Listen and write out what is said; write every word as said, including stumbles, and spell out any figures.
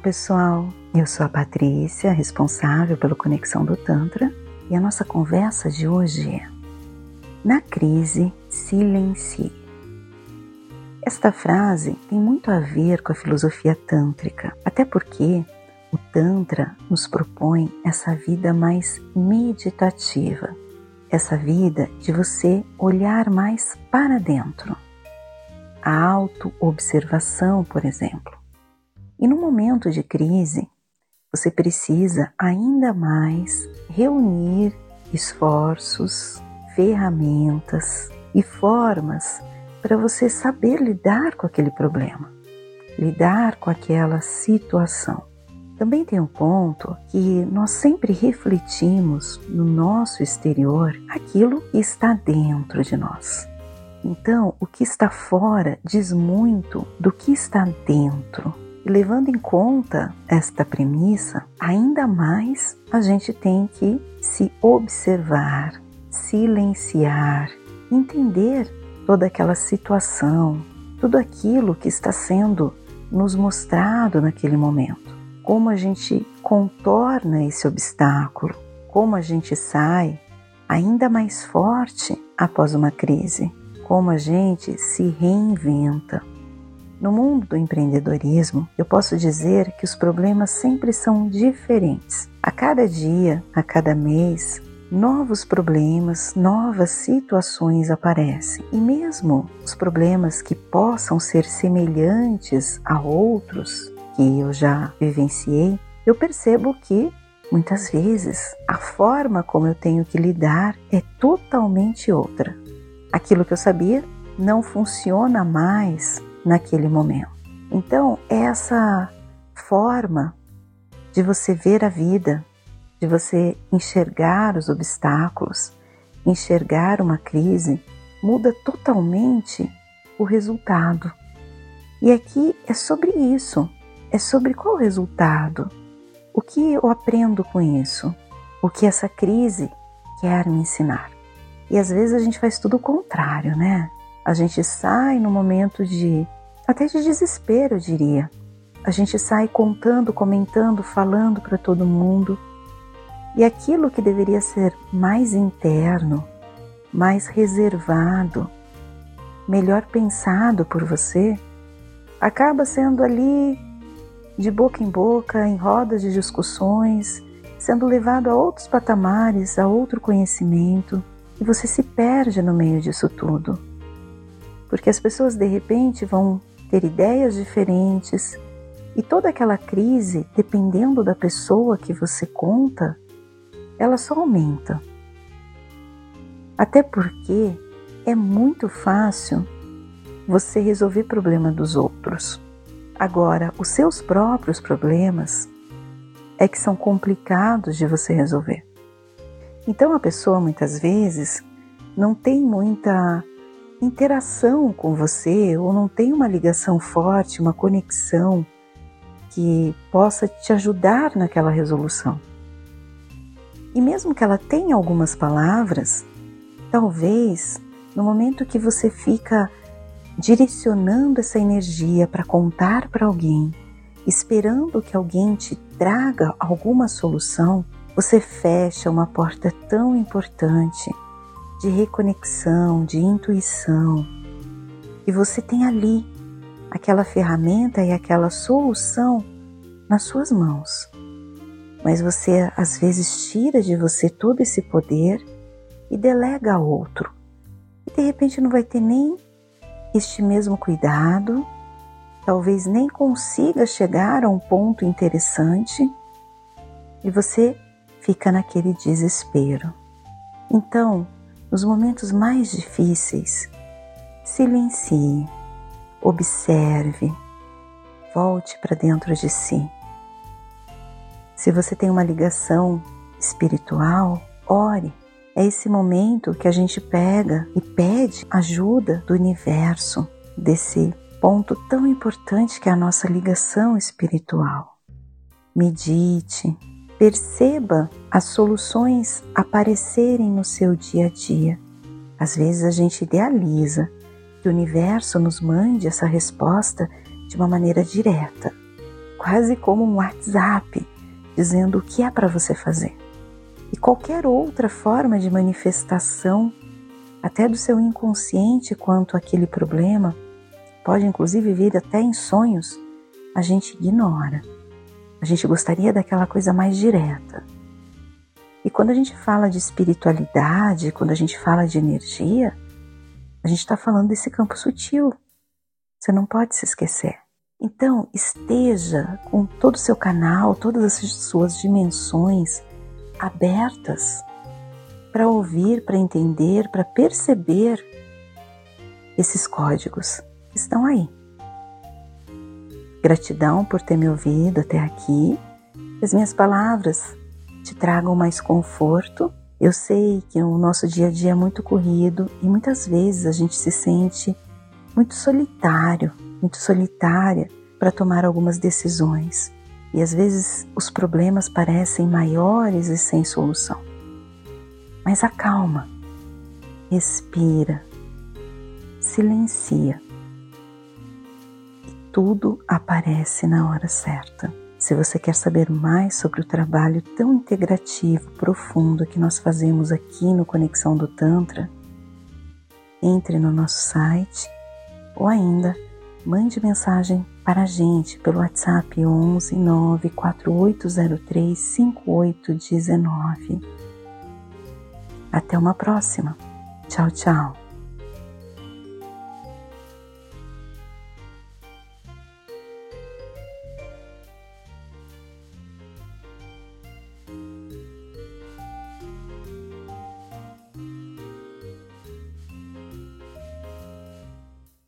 pessoal, eu sou a Patrícia, responsável pela Conexão do Tantra, e a nossa conversa de hoje é: na crise, silencie. Esta frase tem muito a ver com a filosofia tântrica, até porque o Tantra nos propõe essa vida mais meditativa, essa vida de você olhar mais para dentro, a auto-observação, por exemplo. E no momento de crise, você precisa ainda mais reunir esforços, ferramentas e formas para você saber lidar com aquele problema, lidar com aquela situação. Também tem um ponto que nós sempre refletimos no nosso exterior aquilo que está dentro de nós. Então, o que está fora diz muito do que está dentro. E levando em conta esta premissa, ainda mais a gente tem que se observar, silenciar, entender toda aquela situação, tudo aquilo que está sendo nos mostrado naquele momento. Como a gente contorna esse obstáculo, como a gente sai ainda mais forte após uma crise, como a gente se reinventa. No mundo do empreendedorismo, eu posso dizer que os problemas sempre são diferentes. A cada dia, a cada mês, novos problemas, novas situações aparecem. E mesmo os problemas que possam ser semelhantes a outros que eu já vivenciei, eu percebo que, muitas vezes, a forma como eu tenho que lidar é totalmente outra. Aquilo que eu sabia não funciona mais naquele momento. Então, essa forma de você ver a vida, de você enxergar os obstáculos, enxergar uma crise, muda totalmente o resultado. E aqui é sobre isso, é sobre qual resultado, o que eu aprendo com isso, o que essa crise quer me ensinar. E às vezes a gente faz tudo o contrário, né? A gente sai no momento de, até de desespero, eu diria. A gente sai contando, comentando, falando para todo mundo. E aquilo que deveria ser mais interno, mais reservado, melhor pensado por você, acaba sendo ali de boca em boca, em rodas de discussões, sendo levado a outros patamares, a outro conhecimento, e você se perde no meio disso tudo. Porque as pessoas de repente vão ter ideias diferentes e toda aquela crise, dependendo da pessoa que você conta, ela só aumenta. Até porque é muito fácil você resolver problema dos outros. Agora, os seus próprios problemas é que são complicados de você resolver. Então a pessoa muitas vezes não tem muita interação com você ou não tem uma ligação forte, uma conexão que possa te ajudar naquela resolução. E mesmo que ela tenha algumas palavras, talvez no momento que você fica direcionando essa energia para contar para alguém, esperando que alguém te traga alguma solução, você fecha uma porta tão importante de reconexão, de intuição, e você tem ali aquela ferramenta e aquela solução nas suas mãos. Mas você às vezes tira de você todo esse poder e delega a outro. E de repente não vai ter nem este mesmo cuidado, talvez nem consiga chegar a um ponto interessante e você fica naquele desespero. Então, nos momentos mais difíceis, silencie, observe, volte para dentro de si. Se você tem uma ligação espiritual, ore. É esse momento que a gente pega e pede ajuda do universo, desse ponto tão importante que é a nossa ligação espiritual. Medite, perceba as soluções aparecerem no seu dia a dia. Às vezes a gente idealiza que o universo nos mande essa resposta de uma maneira direta, quase como um WhatsApp, dizendo o que é para você fazer. E qualquer outra forma de manifestação, até do seu inconsciente quanto àquele problema, pode inclusive vir até em sonhos, a gente ignora. A gente gostaria daquela coisa mais direta. E quando a gente fala de espiritualidade, quando a gente fala de energia, a gente está falando desse campo sutil. Você não pode se esquecer. Então, esteja com todo o seu canal, todas as suas dimensões abertas para ouvir, para entender, para perceber esses códigos que estão aí. Gratidão por ter me ouvido até aqui. Que as minhas palavras te tragam mais conforto. Eu sei que o nosso dia a dia é muito corrido e muitas vezes a gente se sente muito solitário, muito solitária para tomar algumas decisões. E às vezes os problemas parecem maiores e sem solução. Mas acalma, respira, silencia. E tudo aparece na hora certa. Se você quer saber mais sobre o trabalho tão integrativo, profundo que nós fazemos aqui no Conexão do Tantra, entre no nosso site ou ainda mande mensagem para a gente pelo WhatsApp onze nove quatro oito zero três cinco oito um nove. Até uma próxima. Tchau, tchau.